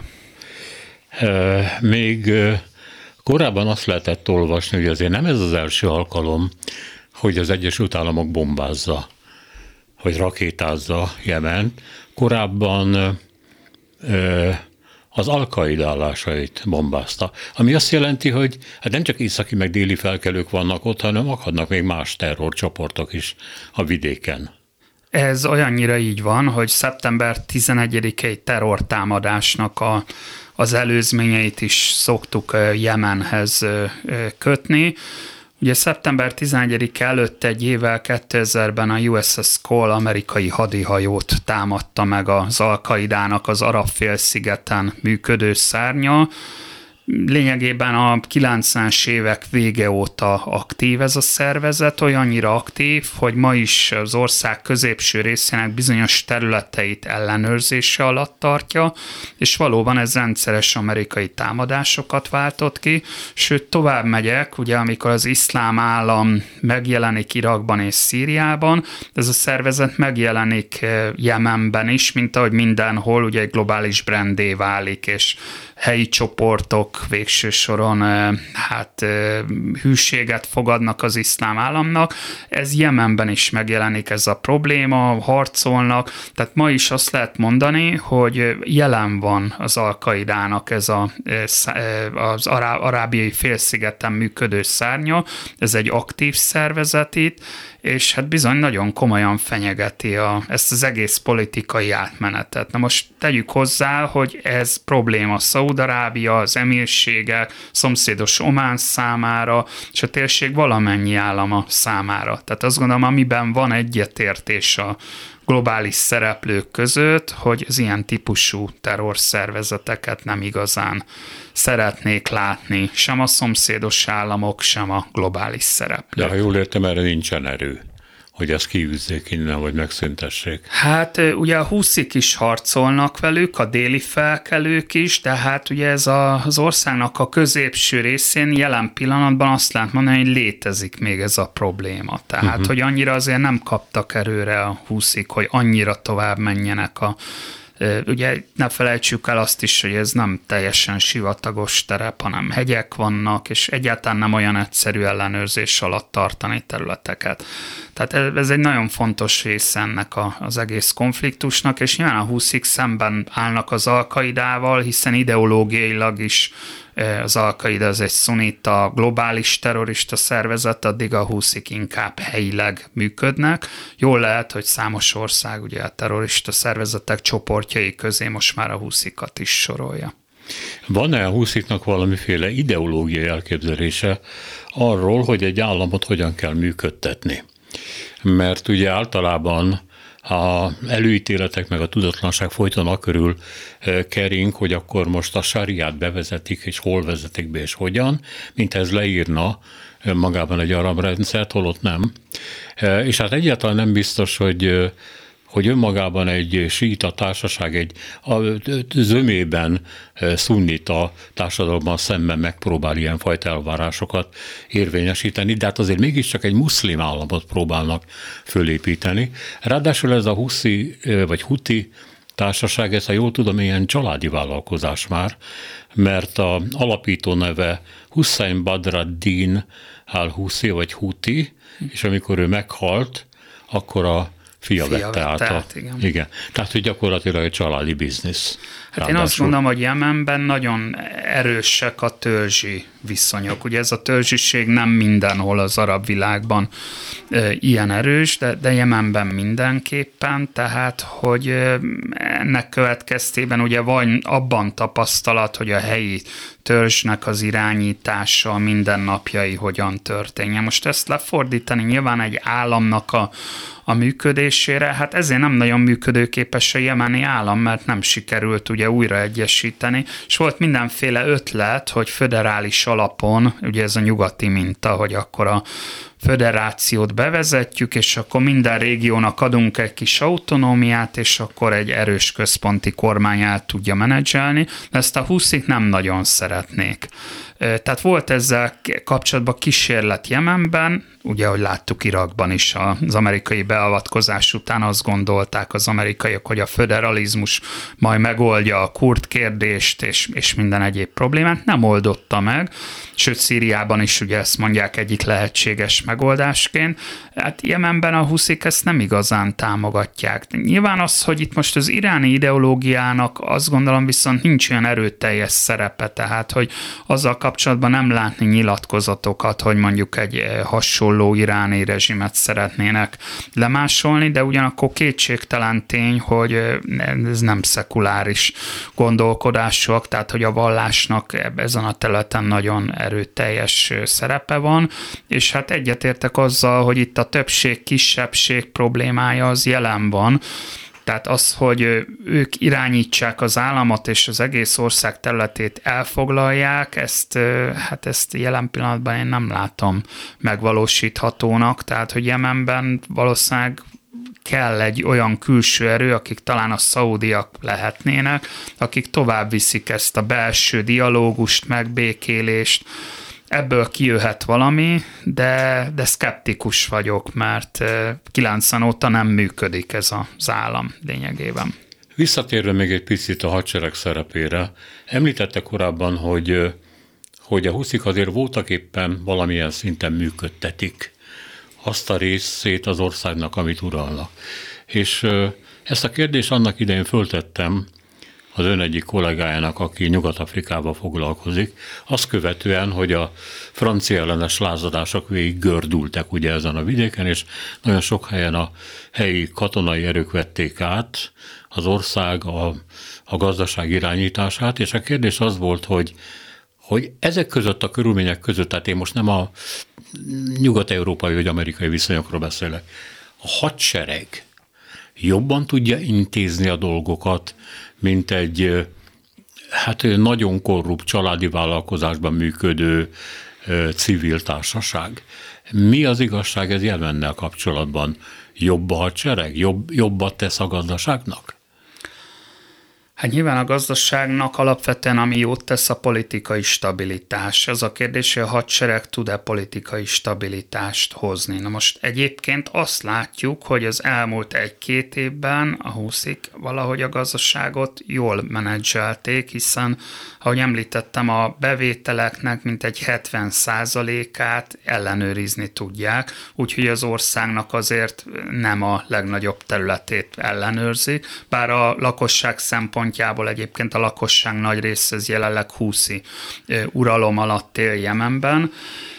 Speaker 2: Még korábban azt lehetett olvasni, hogy azért nem ez az első alkalom, hogy az Egyesült Államok bombázza, hogy rakétázza Jement. Korábban az Al-Qaida állásait bombázta, ami azt jelenti, hogy hát nem csak északi meg déli felkelők vannak ott, hanem akadnak még más terrorcsoportok is a vidéken.
Speaker 3: Ez olyannyira így van, hogy szeptember 11-i terrortámadásnak az előzményeit is szoktuk Jemenhez kötni. Ugye szeptember 11 előtt egy évvel 2000-ben a USS Cole amerikai hadihajót támadta meg az Al-Qaidának az Arab-félszigeten működő szárnya. Lényegében a 90-es évek vége óta aktív ez a szervezet, olyannyira aktív, hogy ma is az ország középső részének bizonyos területeit ellenőrzése alatt tartja, és valóban ez rendszeres amerikai támadásokat váltott ki, sőt tovább megyek, ugye amikor az iszlám állam megjelenik Irakban és Szíriában, ez a szervezet megjelenik Jemenben is, mint ahogy mindenhol, ugye egy globális brandé válik, és helyi csoportok végső soron hűséget fogadnak az iszlám államnak. Ez Jemenben is megjelenik ez a probléma, harcolnak, tehát ma is azt lehet mondani, hogy jelen van az Al-Qaidának ez az arábiai félszigeten működő szárnya, ez egy aktív szervezet itt, és hát bizony nagyon komolyan fenyegeti ezt az egész politikai átmenetet. Na most tegyük hozzá, hogy ez probléma Szaúd-Arábia, az emírségek, szomszédos Omán számára, és a térség valamennyi állama számára. Tehát azt gondolom, amiben van egyetértés a globális szereplők között, hogy az ilyen típusú terrorszervezeteket nem igazán szeretnék látni, sem a szomszédos államok, sem a globális szereplők.
Speaker 2: De ha jól értem, erre nincsen erő, hogy ezt kiűzzék innen, vagy megszüntessék.
Speaker 3: Hát ugye a huszik is harcolnak velük, a déli felkelők is, de hát ugye ez az országnak a középső részén jelen pillanatban azt lehet mondani, hogy létezik még ez a probléma. Tehát, hogy annyira azért nem kaptak erőre a huszik, hogy annyira tovább menjenek ugye ne felejtsük el azt is, hogy ez nem teljesen sivatagos terep, hanem hegyek vannak, és egyáltalán nem olyan egyszerű ellenőrzés alatt tartani területeket. Tehát ez egy nagyon fontos része ennek az egész konfliktusnak, és nyilván a huszik szemben állnak az Al-Qaidával, hiszen ideológiailag is az Al-Qaida az egy szunita globális terrorista szervezet, addig a huszik inkább helyileg működnek. Jól lehet, hogy számos ország ugye a terrorista szervezetek csoportjai közé most már a huszikat is sorolja.
Speaker 2: Van-e a husziknak valamiféle ideológiai elképzelése arról, hogy egy államot hogyan kell működtetni? Mert ugye általában a előítéletek meg a tudatlanság folyton körül kering, hogy akkor most a sáriát bevezetik, és hol vezetik be, és hogyan, mint ez leírna magában egy arab rendszert, holott nem. És hát egyáltalán nem biztos, hogy önmagában egy síita társaság, egy zömében szunnita társadalomban szemben megpróbál ilyenfajta elvárásokat érvényesíteni, de hát azért mégiscsak egy muszlim államot próbálnak fölépíteni. Ráadásul ez a Huti társaság, ez, ha jól tudom, ilyen családi vállalkozás már, mert a alapító neve Hussein Badr ad-Din al-Husi, vagy Huti, és amikor ő meghalt, akkor a fia vette át. Igen. Tehát, hogy gyakorlatilag egy családi biznisz.
Speaker 3: Hát én azt gondolom, hogy Jemenben nagyon erősek a törzsi viszonyok. Ugye ez a törzsiség nem mindenhol az arab világban ilyen erős, de Jemenben mindenképpen, tehát, hogy ennek következtében ugye van abban tapasztalat, hogy a helyi törzsnek az irányítása, a mindennapjai hogyan történjen. Most ezt lefordítani nyilván egy államnak a működésére, hát ezért nem nagyon működőképes a jemeni állam, mert nem sikerült ugye újra egyesíteni, és volt mindenféle ötlet, hogy föderális alapon, ugye ez a nyugati minta, hogy akkor a föderációt bevezetjük, és akkor minden régiónak adunk egy kis autonómiát, és akkor egy erős központi kormány el tudja menedzselni, de ezt a huszik nem nagyon szeretnék. Tehát volt ezzel kapcsolatban kísérlet Jemenben, ugye, ahogy láttuk Irakban is az amerikai beavatkozás után azt gondolták az amerikaiak, hogy a föderalizmus majd megoldja a kurd kérdést és minden egyéb problémát, nem oldotta meg, sőt Szíriában is ugye ezt mondják egyik lehetséges megoldásként. Hát Jemenben a huszik ezt nem igazán támogatják. Nyilván az, hogy itt most az iráni ideológiának azt gondolom viszont nincs olyan erőteljes szerepe, tehát hogy azzal kapcsolatban nem látni nyilatkozatokat, hogy mondjuk egy hasonló iráni rezsimet szeretnének lemásolni, de ugyanakkor kétségtelen tény, hogy ez nem szekuláris gondolkodásúak, tehát hogy a vallásnak ezen a területen nagyon erőteljes szerepe van, és hát egyetértek azzal, hogy itt a többség-kisebbség problémája az jelen van, tehát az, hogy ők irányítsák az államot és az egész ország területét elfoglalják, ezt jelen pillanatban én nem látom megvalósíthatónak, tehát hogy Jemenben valószínűleg kell egy olyan külső erő, akik talán a szaudiak lehetnének, akik tovább viszik ezt a belső dialógust, megbékélést. Ebből kijöhet valami, de szkeptikus vagyok, mert 90 óta nem működik ez az állam lényegében.
Speaker 2: Visszatérve még egy picit a hadsereg szerepére, említette korábban, hogy a huszik azért voltak éppen valamilyen szinten működtetik azt a részét az országnak, amit uralnak. És ezt a kérdést annak idején föltettem az ön egyik kollégájának, aki Nyugat-Afrikával foglalkozik, azt követően, hogy a francia ellenes lázadások végig gördültek ugye ezen a vidéken, és nagyon sok helyen a helyi katonai erők vették át az ország a gazdaság irányítását, és a kérdés az volt, hogy ezek között a körülmények között, tehát én most nem a nyugat-európai vagy amerikai viszonyokról beszélek, a hadsereg jobban tudja intézni a dolgokat, mint egy nagyon korrupt családi vállalkozásban működő civil társaság. Mi az igazság ez Jemennel kapcsolatban? Jobb a hadsereg? Jobbat tesz a gazdaságnak?
Speaker 3: Hát nyilván a gazdaságnak alapvetően ami jót tesz a politikai stabilitás. Az a kérdés, hogy a hadsereg tud-e politikai stabilitást hozni. Na most egyébként azt látjuk, hogy az elmúlt 1-2 évben a huszik valahogy a gazdaságot jól menedzselték, hiszen, ahogy említettem, a bevételeknek mintegy 70%-át ellenőrizni tudják, úgyhogy az országnak azért nem a legnagyobb területét ellenőrzik, bár a lakosság szempontjából egyébként a lakosság nagy része ez jelenleg huszi uralom alatt él Jemenben.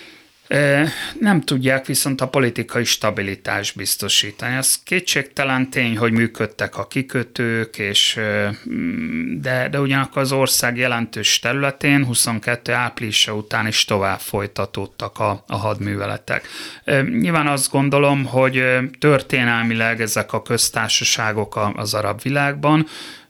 Speaker 3: Nem tudják viszont a politikai stabilitást biztosítani. Ez kétségtelen tény, hogy működtek a kikötők, de ugyanakkor az ország jelentős területén 22 áprilisa után is tovább folytatódtak a hadműveletek. Nyilván azt gondolom, hogy történelmileg ezek a köztársaságok az arab világban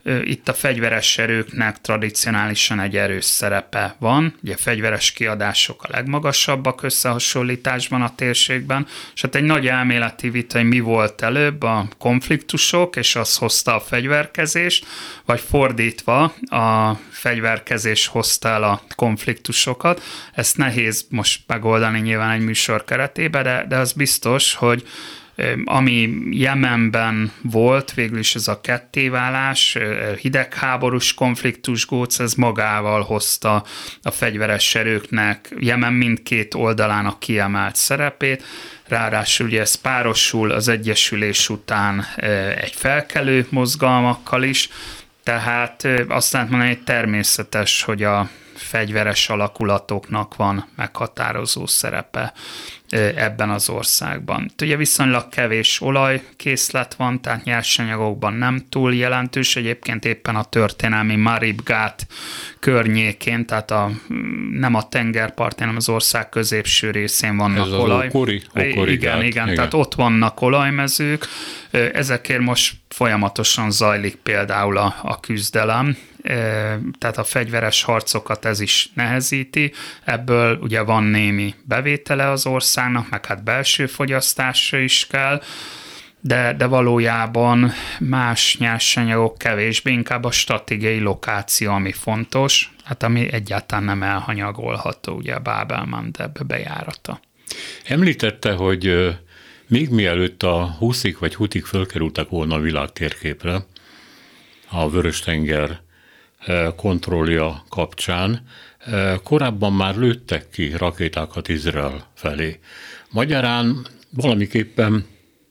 Speaker 3: Itt a fegyveres erőknek tradicionálisan egy erős szerepe van, ugye fegyveres kiadások a legmagasabbak összehasonlításban a térségben, és hát egy nagy elméleti vita, hogy mi volt előbb, a konfliktusok, és az hozta a fegyverkezést, vagy fordítva a fegyverkezés hozta el a konfliktusokat. Ezt nehéz most megoldani nyilván egy műsor keretében, de az biztos, hogy ami Jemenben volt, végül is ez a kettéválás, hidegháborús konfliktusgóc, ez magával hozta a fegyveres erőknek Jemen mindkét oldalának kiemelt szerepét, ráadásul ugye ez párosul az egyesülés után egy felkelő mozgalmakkal is, tehát azt lehet mondani, hogy természetes, hogy a fegyveres alakulatoknak van meghatározó szerepe ebben az országban. Ugye viszonylag kevés olajkészlet van, tehát nyersanyagokban nem túl jelentős, egyébként éppen a történelmi Marib-Gát környékén, tehát nem a tengerpartján, hanem az ország középső részén vannak olaj. Igen, tehát ott vannak olajmezők, ezekért most folyamatosan zajlik például a küzdelem, tehát a fegyveres harcokat ez is nehezíti, ebből ugye van némi bevétele az országnak, meg hát belső fogyasztásra is kell, de valójában más nyersanyagok kevésbé, inkább a stratégiai lokáció, ami fontos, hát ami egyáltalán nem elhanyagolható, ugye a Báb-el-Mandeb bejárata.
Speaker 2: Említette, hogy még mielőtt a huszik vagy hutik fölkerültek volna a világ térképre, a Vörös-tenger kontrollja kapcsán, korábban már lőttek ki rakétákat Izrael felé. Magyarán valamiképpen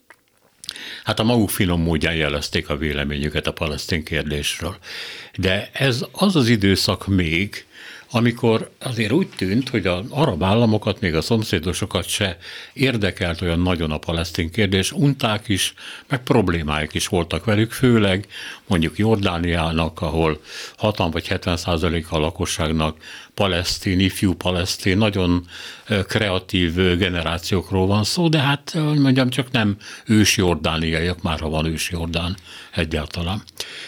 Speaker 2: hát a maguk finom módján jelezték a véleményüket a palesztin kérdésről. De ez az az időszak még, amikor azért úgy tűnt, hogy az arab államokat, még a szomszédosokat se érdekelt olyan nagyon a palesztin kérdés, unták is, meg problémáik is voltak velük, főleg mondjuk Jordániának, ahol 60 vagy 70% a lakosságnak palesztin, ifjú palesztin, nagyon kreatív generációkról van szó, de hát mondjam, csak nem ős jordániaiak, már ha van ős jordán egyáltalán.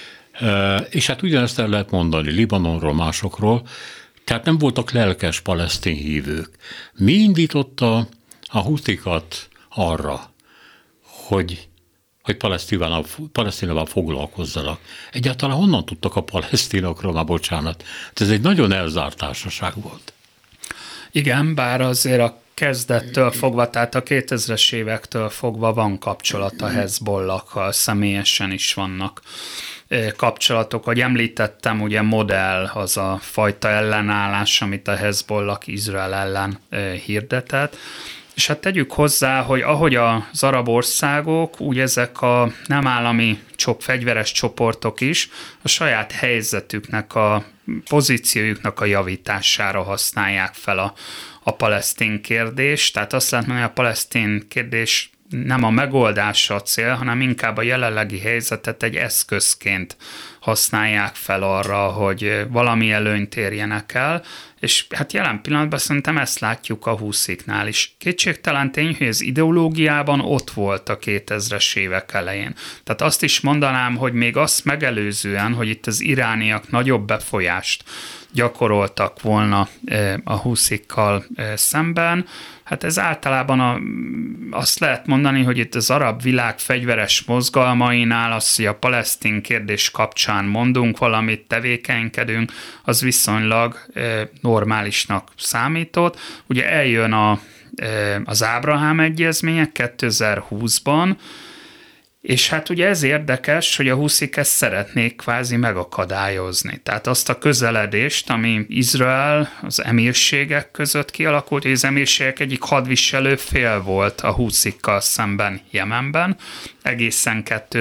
Speaker 2: És hát ugyanezt el lehet mondani Libanonról, másokról, tehát nem voltak lelkes palesztin hívők. Mi indította a hutikat arra, hogy Palesztinával foglalkozzanak? Egyáltalán honnan tudtak a palesztinokról, már bocsánat? Ez egy nagyon elzárt társaság volt.
Speaker 3: Igen, bár azért a kezdettől fogva, tehát a 2000-es évektől fogva van kapcsolat a Hezbollakkal, személyesen is vannak kapcsolatok. Ahogy említettem, ugye modell az a fajta ellenállás, amit a Hezbollah Izrael ellen hirdetett. És hát tegyük hozzá, hogy ahogy az arab országok, úgy ezek a nem állami fegyveres csoportok is a saját helyzetüknek, a pozíciójuknak a javítására használják fel a palesztin kérdést. Tehát azt lehet mondani, hogy a palesztin kérdés nem a megoldása a cél, hanem inkább a jelenlegi helyzetet egy eszközként használják fel arra, hogy valami előnyt érjenek el, és hát jelen pillanatban szerintem ezt látjuk a husziknál is. Kétségtelen tény, hogy az ideológiában ott volt a 2000-es évek elején. Tehát azt is mondanám, hogy még azt megelőzően, hogy itt az irániak nagyobb befolyást gyakoroltak volna a huszikkal szemben, hát ez általában azt lehet mondani, hogy itt az arab világ fegyveres mozgalmainál az, hogy a palesztin kérdés kapcsán mondunk valamit, tevékenykedünk, az viszonylag normálisnak számított. Ugye eljön az Ábrahám egyezmények 2020-ban, és hát ugye ez érdekes, hogy a huszik ezt szeretnék kvázi megakadályozni. Tehát azt a közeledést, ami Izrael, az emírségek között kialakult, hogy az emírségek egyik hadviselő fél volt a huszikkal szemben Jemenben, egészen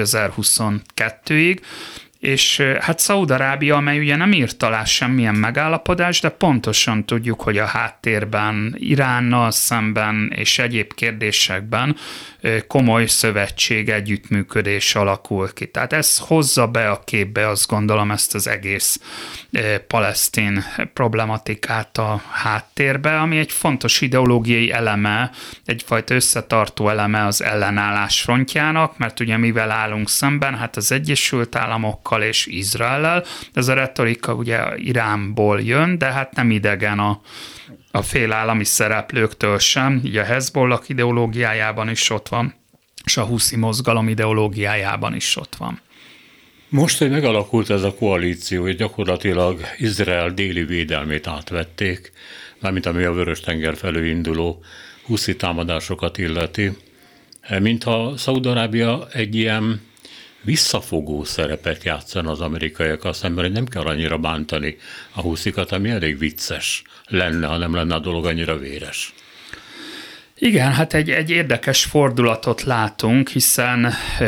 Speaker 3: 2022-ig, és hát Szaúd-Arábia, amely ugye nem írt alá semmilyen megállapodást, de pontosan tudjuk, hogy a háttérben Iránnal szemben és egyéb kérdésekben komoly szövetség, együttműködés alakul ki. Tehát ez hozza be a képbe, azt gondolom, ezt az egész palesztin problematikát a háttérbe, ami egy fontos ideológiai eleme, egyfajta összetartó eleme az ellenállás frontjának, mert ugye mivel állunk szemben, hát az Egyesült Államokkal, huszikkal és Izraellel. Ez a retorika ugye Iránból jön, de hát nem idegen a félállami szereplőktől sem, így a Hezbollah ideológiájában is ott van, és a huszi mozgalom ideológiájában is ott van.
Speaker 2: Most, hogy megalakult ez a koalíció, hogy gyakorlatilag Izrael déli védelmét átvették, mármint ami a Vörös-tenger felől induló huszi támadásokat illeti, mintha Szaúd-Arábia egy ilyen visszafogó szerepet játszan az amerikaiakkal szemben, hogy nem kell annyira bántani a huszikat, ami elég vicces lenne, ha nem lenne a dolog annyira véres.
Speaker 3: Igen, hát egy érdekes fordulatot látunk, hiszen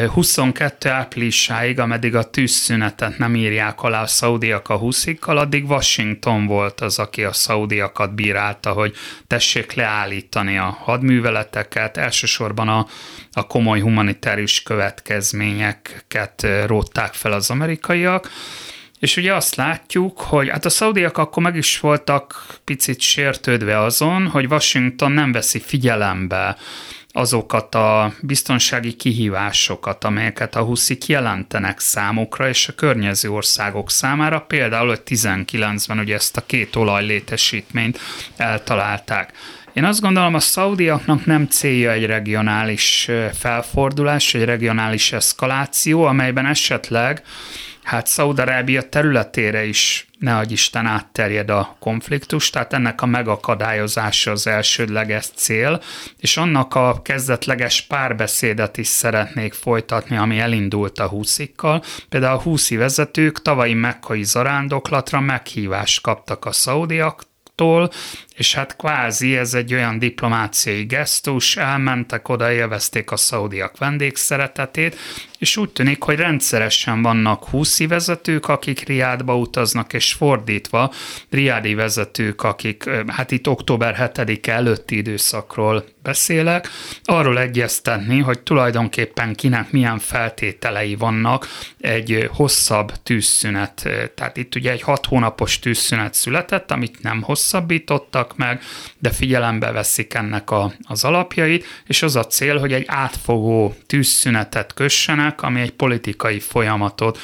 Speaker 3: 22 áprilisáig, ameddig a tűzszünetet nem írják alá a szaudiak a huszikkal, addig Washington volt az, aki a szaudiakat bírálta, hogy tessék leállítani a hadműveleteket, elsősorban a komoly humanitárius következményeket rótták fel az amerikaiak. És ugye azt látjuk, hogy hát a szaudiak akkor meg is voltak picit sértődve azon, hogy Washington nem veszi figyelembe azokat a biztonsági kihívásokat, amelyeket a huszik jelentenek számukra és a környező országok számára, például, hogy 19-ben ugye ezt a 2 olajlétesítményt eltalálták. Én azt gondolom, a szaudiaknak nem célja egy regionális felfordulás, egy regionális eszkaláció, amelyben esetleg hát Szaúd-Arábia területére is ne adj Isten átterjed a konfliktus, tehát ennek a megakadályozása az elsődleges cél, és annak a kezdetleges párbeszédet is szeretnék folytatni, ami elindult a huszikkal. Például a huszi vezetők tavalyi mekkai zarándoklatra meghívást kaptak a szaudiaktól, és hát kvázi ez egy olyan diplomáciai gesztus, elmentek oda, élvezték a szaudiak vendégszeretetét, és úgy tűnik, hogy rendszeresen vannak huszi vezetők, akik Riádba utaznak, és fordítva riádi vezetők, akik, hát itt október 7-e előtti időszakról beszélek, arról egyeztetni, hogy tulajdonképpen kinek milyen feltételei vannak egy hosszabb tűzszünet. Tehát itt ugye egy 6 hónapos tűzszünet született, amit nem hosszabbítottak meg, de figyelembe veszik ennek az alapjait, és az a cél, hogy egy átfogó tűzszünetet kössenek, ami egy politikai folyamatot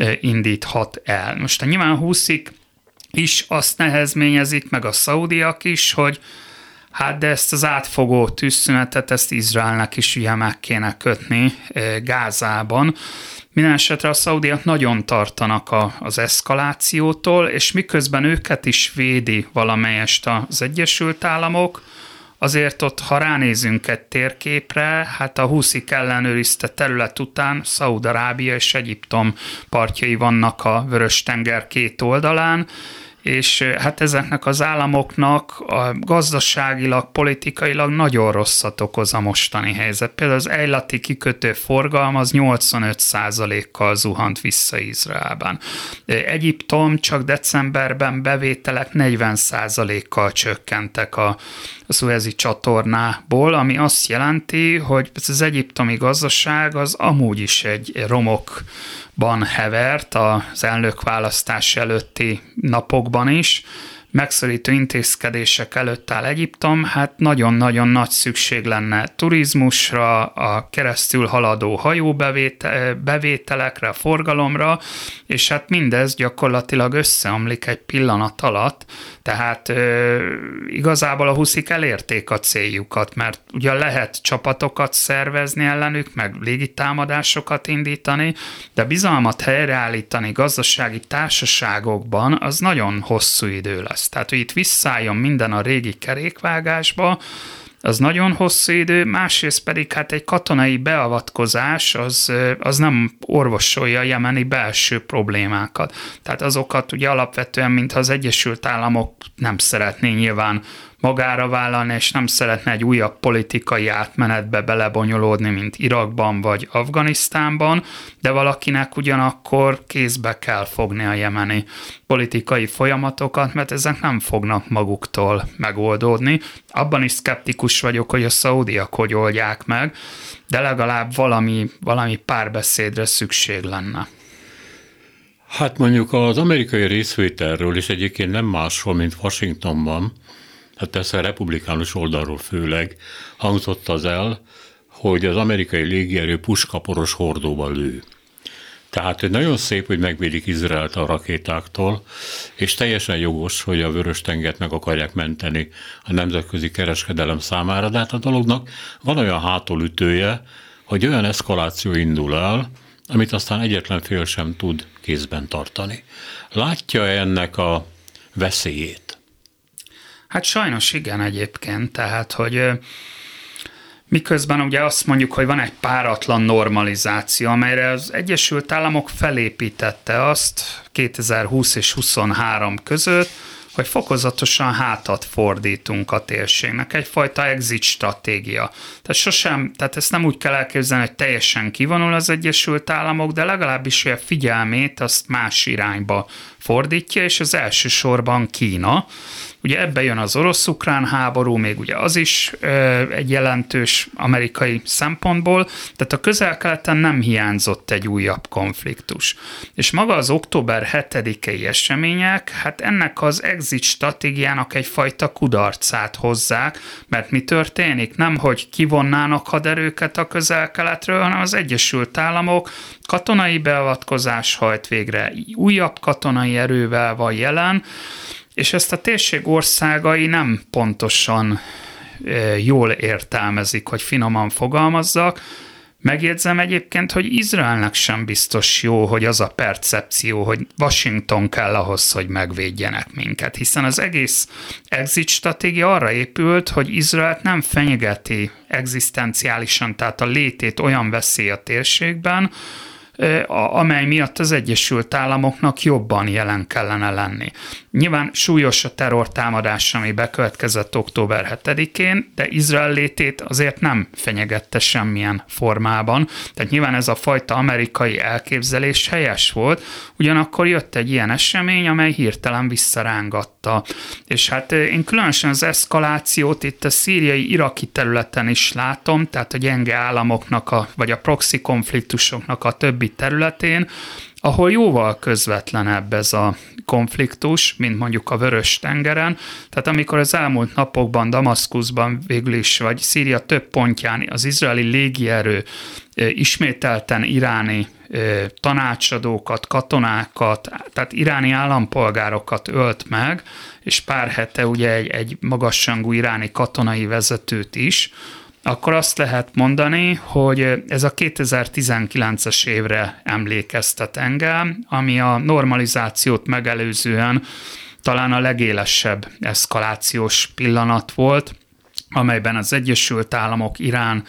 Speaker 3: indíthat el. Most nyilván huszik is azt nehezményezik, meg a szaudiak is, hogy hát de ezt az átfogó tűzszünetet, ezt Izraelnek is ugye meg kéne kötni Gázában. Minden esetre a szaudiak nagyon tartanak az eszkalációtól, és miközben őket is védi valamelyest az Egyesült Államok, azért ott, ha ránézünk egy térképre, hát a huszik ellenőrizte terület után Szaúd-Arábia és Egyiptom partjai vannak a Vörös-tenger 2 oldalán, és hát ezeknek az államoknak gazdaságilag, politikailag nagyon rosszat okoz a mostani helyzet. Például az Ejlati kikötő forgalom az 85%-kal zuhant vissza Izraelben. Egyiptom csak decemberben bevételek 40%-kal csökkentek a Szuezi csatornából, ami azt jelenti, hogy az egyiptomi gazdaság az amúgy is egy romokban hevert az elnökválasztás előtti napokban is, megszorító intézkedések előtt áll Egyiptom, hát nagyon-nagyon nagy szükség lenne turizmusra, a keresztül haladó hajóbevételekre, forgalomra, és hát mindez gyakorlatilag összeomlik egy pillanat alatt, tehát igazából a huszik elérték a céljukat, mert ugye lehet csapatokat szervezni ellenük, meg légitámadásokat indítani, de bizalmat helyreállítani gazdasági társaságokban az nagyon hosszú idő lesz. Tehát, hogy itt visszálljon minden a régi kerékvágásba, az nagyon hosszú idő, másrészt pedig hát egy katonai beavatkozás az nem orvosolja a jemeni belső problémákat. Tehát azokat ugye alapvetően, mintha az Egyesült Államok nem szeretné nyilván magára vállalni, és nem szeretne egy újabb politikai átmenetbe belebonyolódni, mint Irakban vagy Afganisztánban, de valakinek ugyanakkor kézbe kell fogni a jemeni politikai folyamatokat, mert ezek nem fognak maguktól megoldódni. Abban is szkeptikus vagyok, hogy a szaudiak hogy oldják meg, de legalább valami párbeszédre szükség lenne.
Speaker 2: Hát mondjuk az amerikai részvételről is egyébként nem máshol, mint Washingtonban, hát persze a republikánus oldalról főleg hangzott az el, hogy az amerikai légierő puskaporos hordóba lő. Tehát nagyon szép, hogy megvédik Izraelt a rakétáktól, és teljesen jogos, hogy a Vörös-tengert meg akarják menteni a nemzetközi kereskedelem számára, de hát a dolognak van olyan hátulütője, hogy olyan eszkaláció indul el, amit aztán egyetlen fél sem tud kézben tartani. Látja ennek a veszélyét?
Speaker 3: Hát sajnos igen egyébként, tehát, hogy miközben ugye azt mondjuk, hogy van egy páratlan normalizáció, amelyre az Egyesült Államok felépítette azt 2020 és 2023 között, hogy fokozatosan hátat fordítunk a térségnek, egyfajta exit stratégia. Tehát ezt nem úgy kell elképzelni, hogy teljesen kivonul az Egyesült Államok, de legalábbis a figyelmét azt más irányba fordítja, és az elsősorban Kína. Ugye ebbe jön az orosz-ukrán háború, még ugye az is egy jelentős amerikai szempontból, tehát a Közel-Keleten nem hiányzott egy újabb konfliktus. És maga az október 7-i események, hát ennek az exit stratégiának egyfajta kudarcát hozzák, mert mi történik? Nem, hogy kivonnának haderőket a Közel-Keletről, hanem az Egyesült Államok katonai beavatkozás hajt végre, újabb katonai erővel van jelen, és ezt a térség országai nem pontosan jól értelmezik, hogy finoman fogalmazzak. Megjegyzem egyébként, hogy Izraelnek sem biztos jó, hogy az a percepció, hogy Washington kell ahhoz, hogy megvédjenek minket, hiszen az egész exit stratégia arra épült, hogy Izraelt nem fenyegeti egzisztenciálisan, tehát a létét olyan veszély a térségben, amely miatt az Egyesült Államoknak jobban jelen kellene lenni. Nyilván súlyos a terrortámadás, ami bekövetkezett október 7-én, de Izrael létét azért nem fenyegette semmilyen formában. Tehát nyilván ez a fajta amerikai elképzelés helyes volt, ugyanakkor jött egy ilyen esemény, amely hirtelen visszarángatta. És hát én különösen az eszkalációt itt a szíriai-iraki területen is látom, tehát a gyenge államoknak, vagy a proxy konfliktusoknak a többi területén, ahol jóval közvetlenebb ez a konfliktus, mint mondjuk a Vörös-tengeren. Tehát amikor az elmúlt napokban Damaszkuszban végül is, vagy Szíria több pontján az izraeli légierő ismételten iráni tanácsadókat, katonákat, tehát iráni állampolgárokat ölt meg, és pár hete ugye egy magasrangú iráni katonai vezetőt is, akkor azt lehet mondani, hogy ez a 2019-es évre emlékeztet engem, ami a normalizációt megelőzően talán a legélesebb eszkalációs pillanat volt, amelyben az Egyesült Államok, Irán,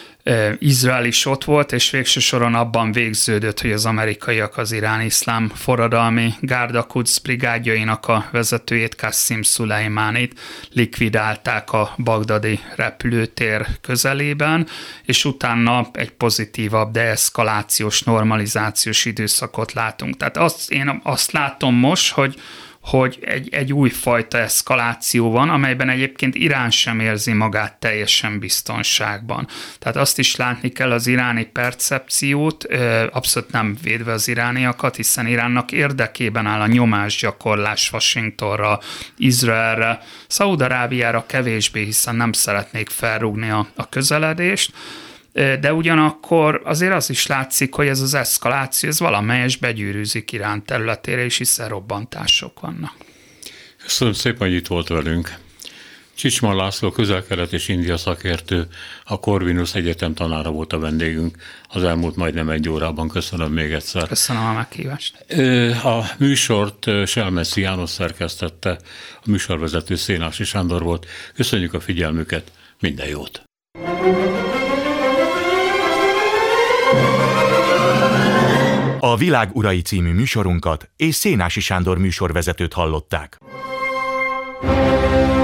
Speaker 3: Izrael is ott volt, és végső soron abban végződött, hogy az amerikaiak az iráni iszlám forradalmi Gárda Quds brigádjainak a vezetőjét, Qassim Szulejmánit likvidálták a bagdadi repülőtér közelében, és utána egy pozitívabb deeszkalációs, normalizációs időszakot látunk. Tehát én azt látom most, hogy egy újfajta eszkaláció van, amelyben egyébként Irán sem érzi magát teljesen biztonságban. Tehát azt is látni kell az iráni percepciót, abszolút nem védve az irániakat, hiszen Iránnak érdekében áll a nyomásgyakorlás Washingtonra, Izraelre, Szaúd-Arábiára kevésbé, hiszen nem szeretnék felrúgni a közeledést, de ugyanakkor azért az is látszik, hogy ez az eszkaláció, ez valamelyes begyűrűzik Irán területére, és hiszen robbantások vannak.
Speaker 2: Köszönöm szépen, hogy itt volt velünk. Csicsman László, Közel-Kelet és India szakértő, a Corvinus Egyetem tanára volt a vendégünk az elmúlt majdnem egy órában. Köszönöm még egyszer.
Speaker 3: Köszönöm a meghívást.
Speaker 2: A műsort Selmeci János szerkesztette, a műsorvezető Szénási Sándor volt. Köszönjük a figyelmüket, minden jót!
Speaker 1: A Világ urai című műsorunkat és Szénási Sándor műsorvezetőt hallották.